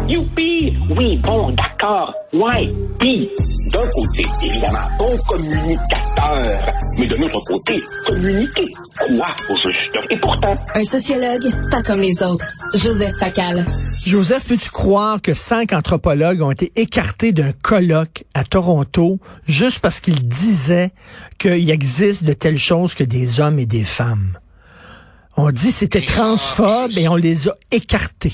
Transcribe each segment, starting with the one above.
Youpi! Oui, bon, d'accord. Ouais. Puis, d'un côté, évidemment, bon communicateur. Mais de l'autre côté, communiquer. Quoi, au juste? Et pourtant... Un sociologue, pas comme les autres. Joseph Facal. Joseph, peux-tu croire que 5 anthropologues ont été écartés d'un colloque à Toronto juste parce qu'ils disaient qu'il existe de telles choses que des hommes et des femmes? On dit que c'était transphobe et on les a écartés.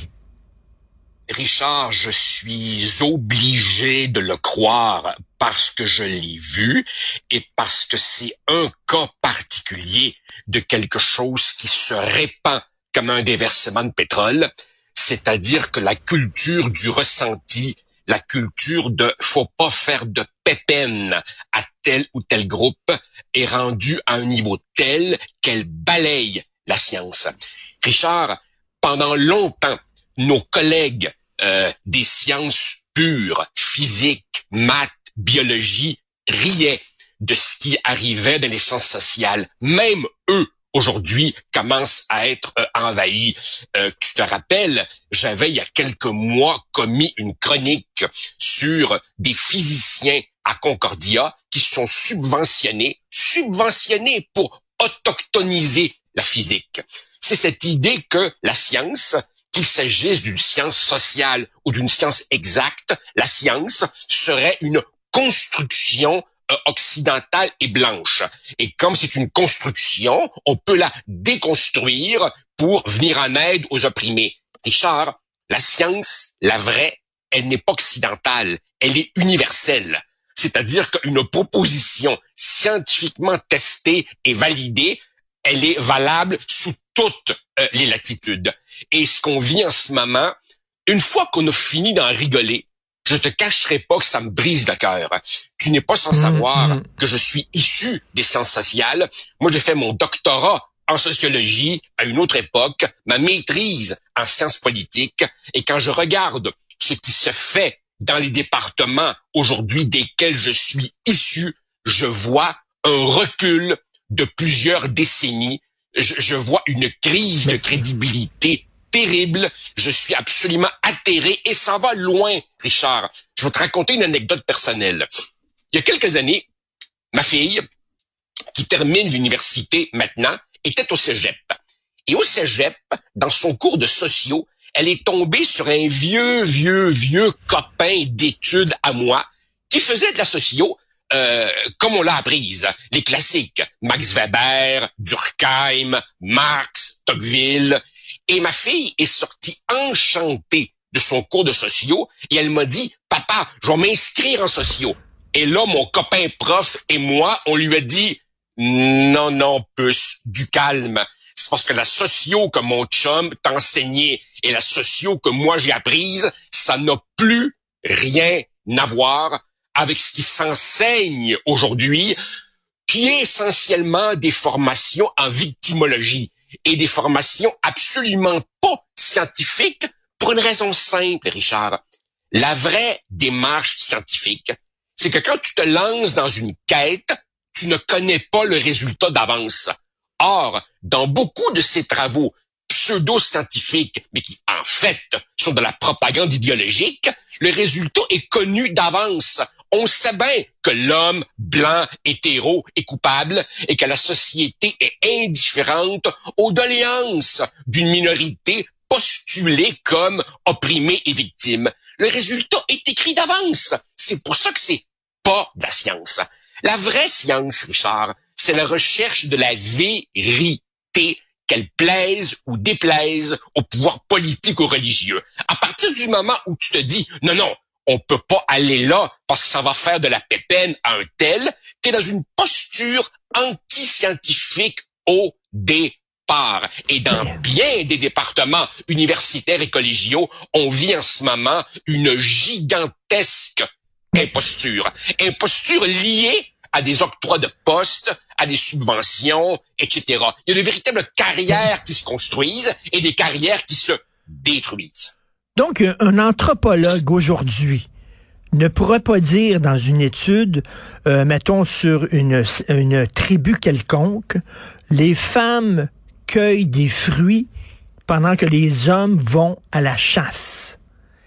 Richard, je suis obligé de le croire parce que je l'ai vu et parce que c'est un cas particulier de quelque chose qui se répand comme un déversement de pétrole, c'est-à-dire que la culture du ressenti, la culture de faut pas faire de pépène à tel ou tel groupe est rendue à un niveau tel qu'elle balaye la science. Richard, pendant longtemps, nos collègues des sciences pures, physique, maths, biologie, riaient de ce qui arrivait dans les sciences sociales. Même eux, aujourd'hui, commencent à être envahis. Tu te rappelles, j'avais il y a quelques mois commis une chronique sur des physiciens à Concordia qui sont subventionnés pour autochtoniser la physique. C'est cette idée que la science, qu'il s'agisse d'une science sociale ou d'une science exacte, la science serait une construction occidentale et blanche. Et comme c'est une construction, on peut la déconstruire pour venir en aide aux opprimés. Richard, la science, la vraie, elle n'est pas occidentale, elle est universelle. C'est-à-dire qu'une proposition scientifiquement testée et validée, elle est valable sous toutes les latitudes. Et ce qu'on vit en ce moment, une fois qu'on a fini d'en rigoler, je te cacherai pas que ça me brise le cœur. Tu n'es pas sans savoir que je suis issu des sciences sociales. Moi, j'ai fait mon doctorat en sociologie à une autre époque, ma maîtrise en sciences politiques. Et quand je regarde ce qui se fait dans les départements aujourd'hui desquels je suis issu, je vois un recul de plusieurs décennies. Je vois une crise de crédibilité terrible. Je suis absolument atterré et ça va loin, Richard. Je vais te raconter une anecdote personnelle. Il y a quelques années, ma fille, qui termine l'université maintenant, était au cégep. Et au cégep, dans son cours de sociaux, elle est tombée sur un vieux copain d'études à moi qui faisait de la socio comme on l'a apprise, les classiques, Max Weber, Durkheim, Marx, Tocqueville. Et ma fille est sortie enchantée de son cours de socio et elle m'a dit, « Papa, je vais m'inscrire en socio. » Et là, mon copain prof et moi, on lui a dit, « Non, puce, du calme. C'est parce que la socio que mon chum t'a enseigné et la socio que moi j'ai apprise, ça n'a plus rien à voir avec ce qui s'enseigne aujourd'hui, qui est essentiellement des formations en victimologie et des formations absolument pas scientifiques pour une raison simple, Richard. La vraie démarche scientifique, c'est que quand tu te lances dans une quête, tu ne connais pas le résultat d'avance. Or, dans beaucoup de ces travaux pseudo-scientifiques, mais qui en fait sont de la propagande idéologique, le résultat est connu d'avance. On sait bien que l'homme blanc, hétéro est coupable et que la société est indifférente aux doléances d'une minorité postulée comme opprimée et victime. Le résultat est écrit d'avance. C'est pour ça que c'est pas de la science. La vraie science, Richard, c'est la recherche de la vérité, qu'elle plaise ou déplaise au pouvoir politique ou religieux. À partir du moment où tu te dis, non, on peut pas aller là parce que ça va faire de la pépène à un tel, t'es dans une posture anti-scientifique au départ. Et dans bien des départements universitaires et collégiaux, on vit en ce moment une gigantesque imposture. Imposture liée à des octrois de postes, à des subventions, etc. Il y a de véritables carrières qui se construisent et des carrières qui se détruisent. Donc, un anthropologue aujourd'hui ne pourrait pas dire dans une étude, mettons sur une tribu quelconque, les femmes cueillent des fruits pendant que les hommes vont à la chasse.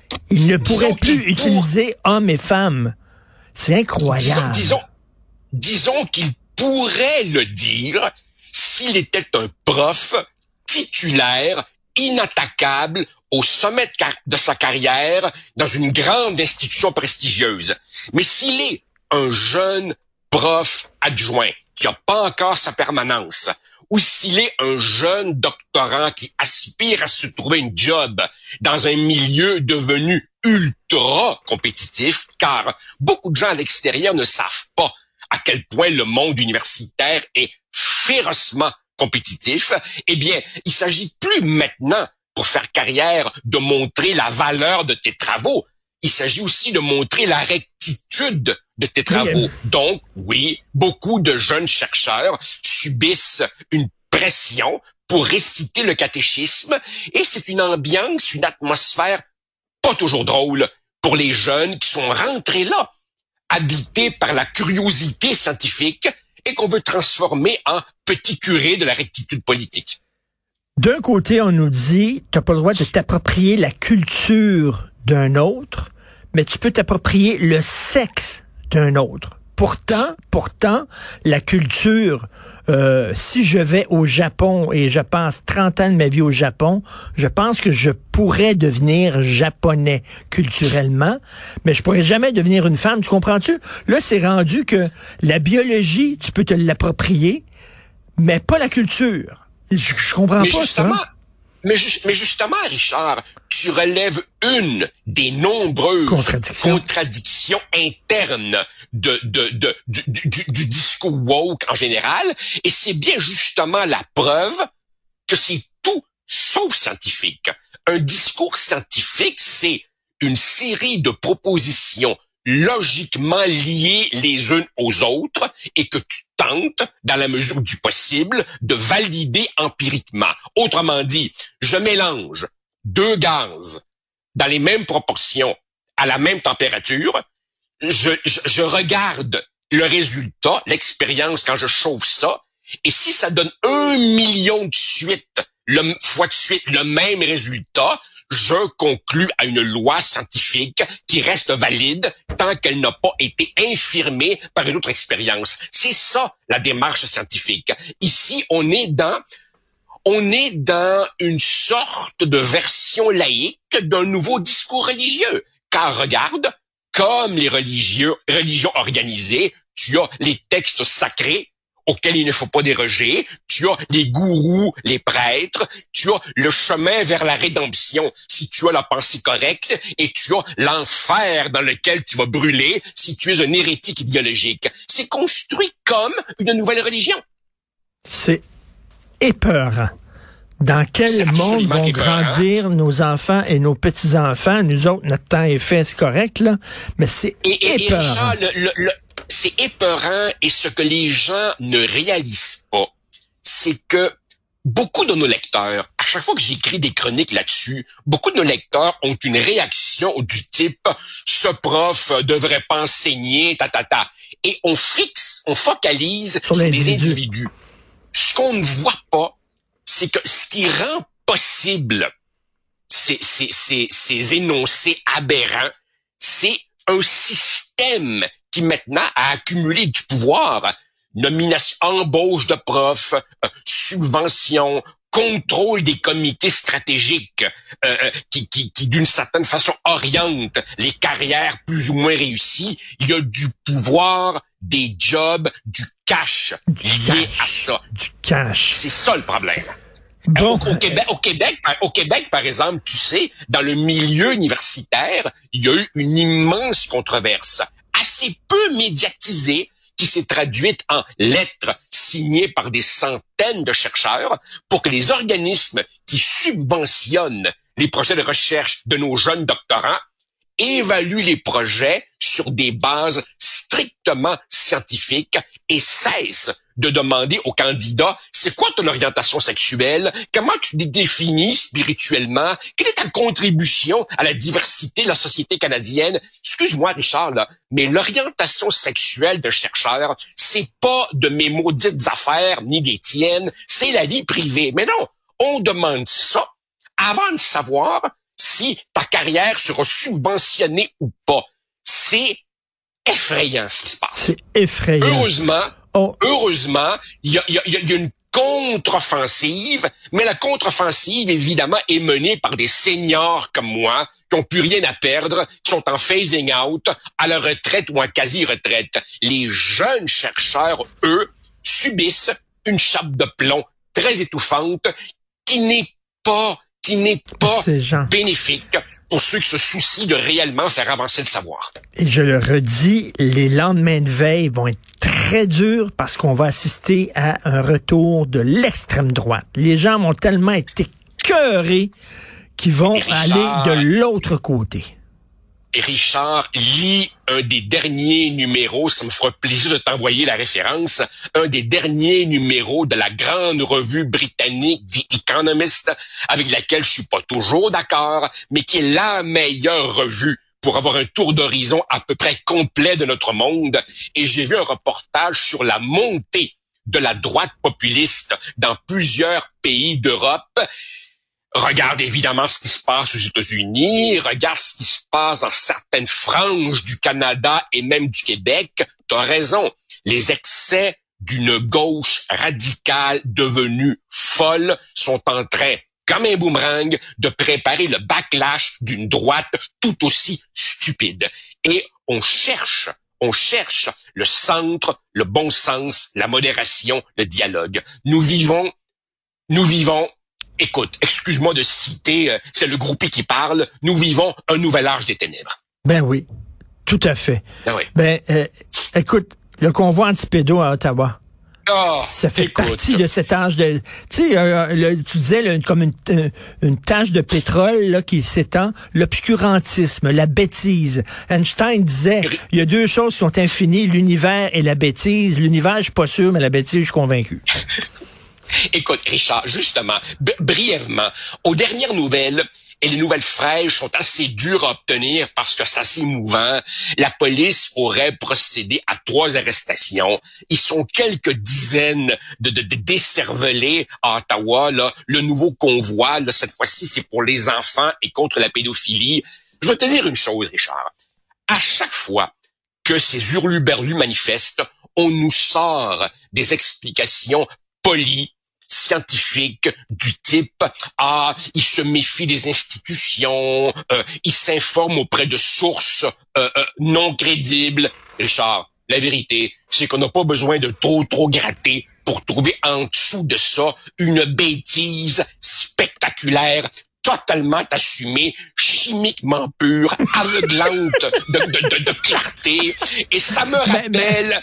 Il ne pourrait plus utiliser hommes et femmes. C'est incroyable. Disons qu'il pourrait le dire s'il était un prof titulaire, inattaquable, au sommet de sa carrière, dans une grande institution prestigieuse. Mais s'il est un jeune prof adjoint qui n'a pas encore sa permanence, ou s'il est un jeune doctorant qui aspire à se trouver une job dans un milieu devenu ultra compétitif, car beaucoup de gens à l'extérieur ne savent pas à quel point le monde universitaire est férocement compétitif, eh bien, il s'agit plus maintenant, pour faire carrière, de montrer la valeur de tes travaux. Il s'agit aussi de montrer la rectitude de tes travaux. Oui. Donc, oui, beaucoup de jeunes chercheurs subissent une pression pour réciter le catéchisme, et c'est une ambiance, une atmosphère pas toujours drôle pour les jeunes qui sont rentrés là, habités par la curiosité scientifique et qu'on veut transformer en petits curés de la rectitude politique. D'un côté, on nous dit, t'as pas le droit de t'approprier la culture d'un autre, mais tu peux t'approprier le sexe d'un autre. Pourtant, la culture, si je vais au Japon et je passe 30 ans de ma vie au Japon, je pense que je pourrais devenir japonais culturellement, mais je pourrais jamais devenir une femme, tu comprends-tu? Là, c'est rendu que la biologie, tu peux te l'approprier, mais pas la culture. Je comprends pas ça. Mais justement, Richard, tu relèves une des nombreuses contradictions internes du discours woke en général, et c'est bien justement la preuve que c'est tout sauf scientifique. Un discours scientifique, c'est une série de propositions logiquement liées les unes aux autres et que tu tentes, dans la mesure du possible, de valider empiriquement. Autrement dit, je mélange deux gaz dans les mêmes proportions, à la même température, je regarde le résultat, l'expérience quand je chauffe ça, et si ça donne 1 million fois de suite le même résultat, je conclus à une loi scientifique qui reste valide tant qu'elle n'a pas été infirmée par une autre expérience. C'est ça, la démarche scientifique. Ici, on est dans une sorte de version laïque d'un nouveau discours religieux. Car regarde, comme les religions organisées, tu as les textes sacrés auxquels il ne faut pas déroger, tu as les gourous, les prêtres, tu as le chemin vers la rédemption si tu as la pensée correcte, et tu as l'enfer dans lequel tu vas brûler si tu es un hérétique idéologique. C'est construit comme une nouvelle religion. C'est épeurant. Dans quel monde vont grandir nos enfants et nos petits-enfants? Nous autres, notre temps est fait, c'est correct, là, mais c'est épeurant. Et Richard, c'est épeurant, et ce que les gens ne réalisent pas, c'est que beaucoup de nos lecteurs, à chaque fois que j'écris des chroniques là-dessus, beaucoup de nos lecteurs ont une réaction du type « ce prof devrait pas enseigner, Et on focalise sur des individus. Ce qu'on ne voit pas, c'est que ce qui rend possible ces énoncés aberrants, c'est un système qui maintenant a accumulé du pouvoir. Nomination, embauche de profs, subvention, contrôle des comités stratégiques qui d'une certaine façon orientent les carrières plus ou moins réussies. Il y a du pouvoir, des jobs, du cash lié à ça. Du cash. C'est ça le problème. Bon. Au Québec, par exemple, tu sais, dans le milieu universitaire, il y a eu une immense controverse, assez peu médiatisée, qui s'est traduite en lettres signées par des centaines de chercheurs pour que les organismes qui subventionnent les projets de recherche de nos jeunes doctorants évaluent les projets sur des bases strictement scientifiques et cessent de demander aux candidats « C'est quoi ton orientation sexuelle? Comment tu te définis spirituellement? Quelle est ta contribution à la diversité de la société canadienne? » Excuse-moi, Richard, là, mais l'orientation sexuelle de chercheurs, c'est pas de mes maudites affaires ni des tiennes, c'est la vie privée. Mais non, on demande ça avant de savoir si ta carrière sera subventionnée ou pas. C'est effrayant ce qui se passe. C'est effrayant. Heureusement, il y a une contre-offensive, mais la contre-offensive, évidemment, est menée par des seniors comme moi, qui n'ont plus rien à perdre, qui sont en phasing out, à la retraite ou en quasi-retraite. Les jeunes chercheurs, eux, subissent une chape de plomb très étouffante qui n'est pas bénéfique pour ceux qui se soucient de réellement faire avancer le savoir. Et je le redis, les lendemains de veille vont être très durs parce qu'on va assister à un retour de l'extrême droite. Les gens vont tellement être écœurés qu'ils vont aller de l'autre côté. Et Richard, lis un des derniers numéros, ça me fera plaisir de t'envoyer la référence, un des derniers numéros de la grande revue britannique The Economist, avec laquelle je suis pas toujours d'accord, mais qui est la meilleure revue pour avoir un tour d'horizon à peu près complet de notre monde. Et j'ai vu un reportage sur la montée de la droite populiste dans plusieurs pays d'Europe. Regarde évidemment ce qui se passe aux États-Unis, regarde ce qui se passe dans certaines franges du Canada et même du Québec. T'as raison, les excès d'une gauche radicale devenue folle sont en train, comme un boomerang, de préparer le backlash d'une droite tout aussi stupide. Et on cherche le centre, le bon sens, la modération, le dialogue. Nous vivons, écoute, excuse-moi de citer, c'est le groupie qui parle, nous vivons un nouvel âge des ténèbres. Ben oui, tout à fait. Ben oui. Écoute, le convoi antipédo à Ottawa, ça fait partie de cet âge de... Tu sais, tu disais comme une tache de pétrole là, qui s'étend, l'obscurantisme, la bêtise. Einstein disait, il y a deux choses qui sont infinies, l'univers et la bêtise. L'univers, je suis pas sûr, mais la bêtise, je suis convaincu. Écoute, Richard, justement, brièvement, aux dernières nouvelles, et les nouvelles fraîches sont assez dures à obtenir parce que c'est assez émouvant, la police aurait procédé à 3 arrestations. Ils sont quelques dizaines de décervelés à Ottawa. Là. Le nouveau convoi, là, cette fois-ci, c'est pour les enfants et contre la pédophilie. Je vais te dire une chose, Richard. À chaque fois que ces hurluberlus manifestent, on nous sort des explications polies, scientifiques du type il se méfie des institutions, il s'informe auprès de sources non crédibles. Richard, la vérité, c'est qu'on n'a pas besoin de trop gratter pour trouver en dessous de ça une bêtise spectaculaire, totalement assumée, chimiquement pure, aveuglante de clarté. Et ça me rappelle,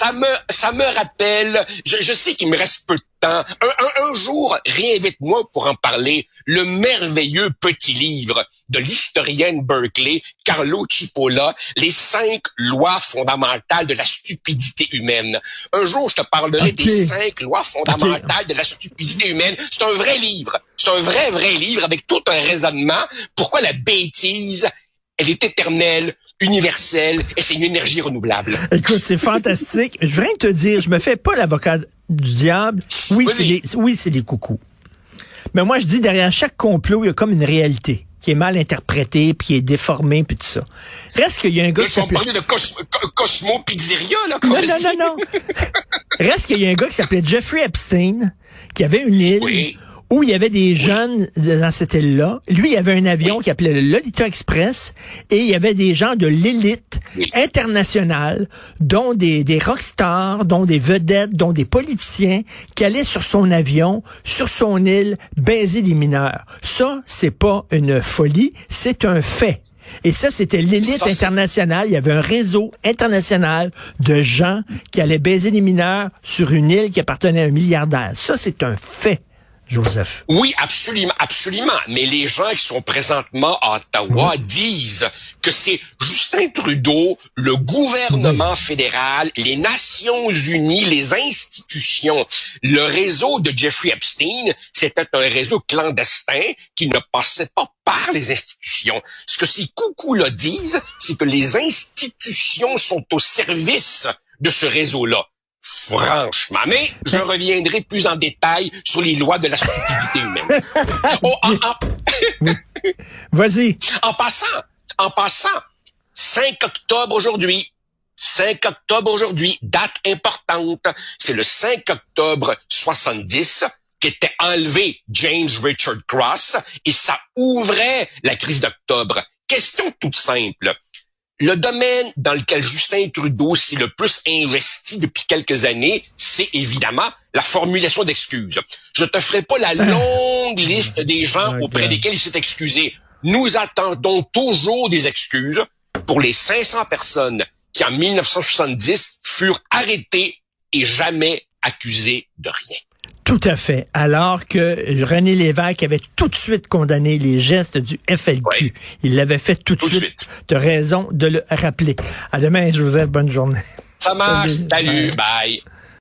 je sais qu'il me reste peu de temps. Un jour, réinvite-moi pour en parler, le merveilleux petit livre de l'historienne Berkeley, Carlo Cipolla, Les 5 lois fondamentales de la stupidité humaine. Un jour, je te parlerai des 5 lois fondamentales de la stupidité humaine. C'est un vrai livre. C'est un vrai livre avec tout un raisonnement. Pourquoi la bêtise, elle est éternelle, universelle et c'est une énergie renouvelable. Écoute, c'est fantastique. Je voudrais te dire, je me fais pas l'avocat du diable. Oui, c'est des coucous. Mais moi, je dis, derrière chaque complot, il y a comme une réalité qui est mal interprétée, puis qui est déformée, puis tout ça. Reste qu'il y a un gars qui s'appelait... On parlait de Cosmo Pizzeria, là? Non. Reste qu'il y a un gars qui s'appelait Jeffrey Epstein, qui avait une île... où il y avait des jeunes dans cette île-là. Lui, il avait un avion qui appelait le Lolita Express et il y avait des gens de l'élite internationale, dont des rockstars, dont des vedettes, dont des politiciens qui allaient sur son avion, sur son île, baiser des mineurs. Ça, c'est pas une folie, c'est un fait. Et ça, c'était l'élite internationale. Il y avait un réseau international de gens qui allaient baiser des mineurs sur une île qui appartenait à un milliardaire. Ça, c'est un fait. Joseph. Oui, absolument. Mais les gens qui sont présentement à Ottawa disent que c'est Justin Trudeau, le gouvernement fédéral, les Nations Unies, les institutions, le réseau de Jeffrey Epstein, c'était un réseau clandestin qui ne passait pas par les institutions. Ce que ces coucous-là disent, c'est que les institutions sont au service de ce réseau-là. Franchement, mais je reviendrai plus en détail sur les lois de la stupidité humaine. Vas-y. En passant, 5 octobre aujourd'hui. 5 octobre aujourd'hui, date importante. C'est le 5 octobre 70 qu'était enlevé James Richard Cross et ça ouvrait la crise d'octobre. Question toute simple. Le domaine dans lequel Justin Trudeau s'est le plus investi depuis quelques années, c'est évidemment la formulation d'excuses. Je te ferai pas la longue liste des gens auprès desquels il s'est excusé. Nous attendons toujours des excuses pour les 500 personnes qui, en 1970, furent arrêtées et jamais accusées de rien. Tout à fait. Alors que René Lévesque avait tout de suite condamné les gestes du FLQ. Oui. Il l'avait fait tout de suite. Tu as raison de le rappeler. À demain, Joseph. Bonne journée. Ça marche. Salut. Bye.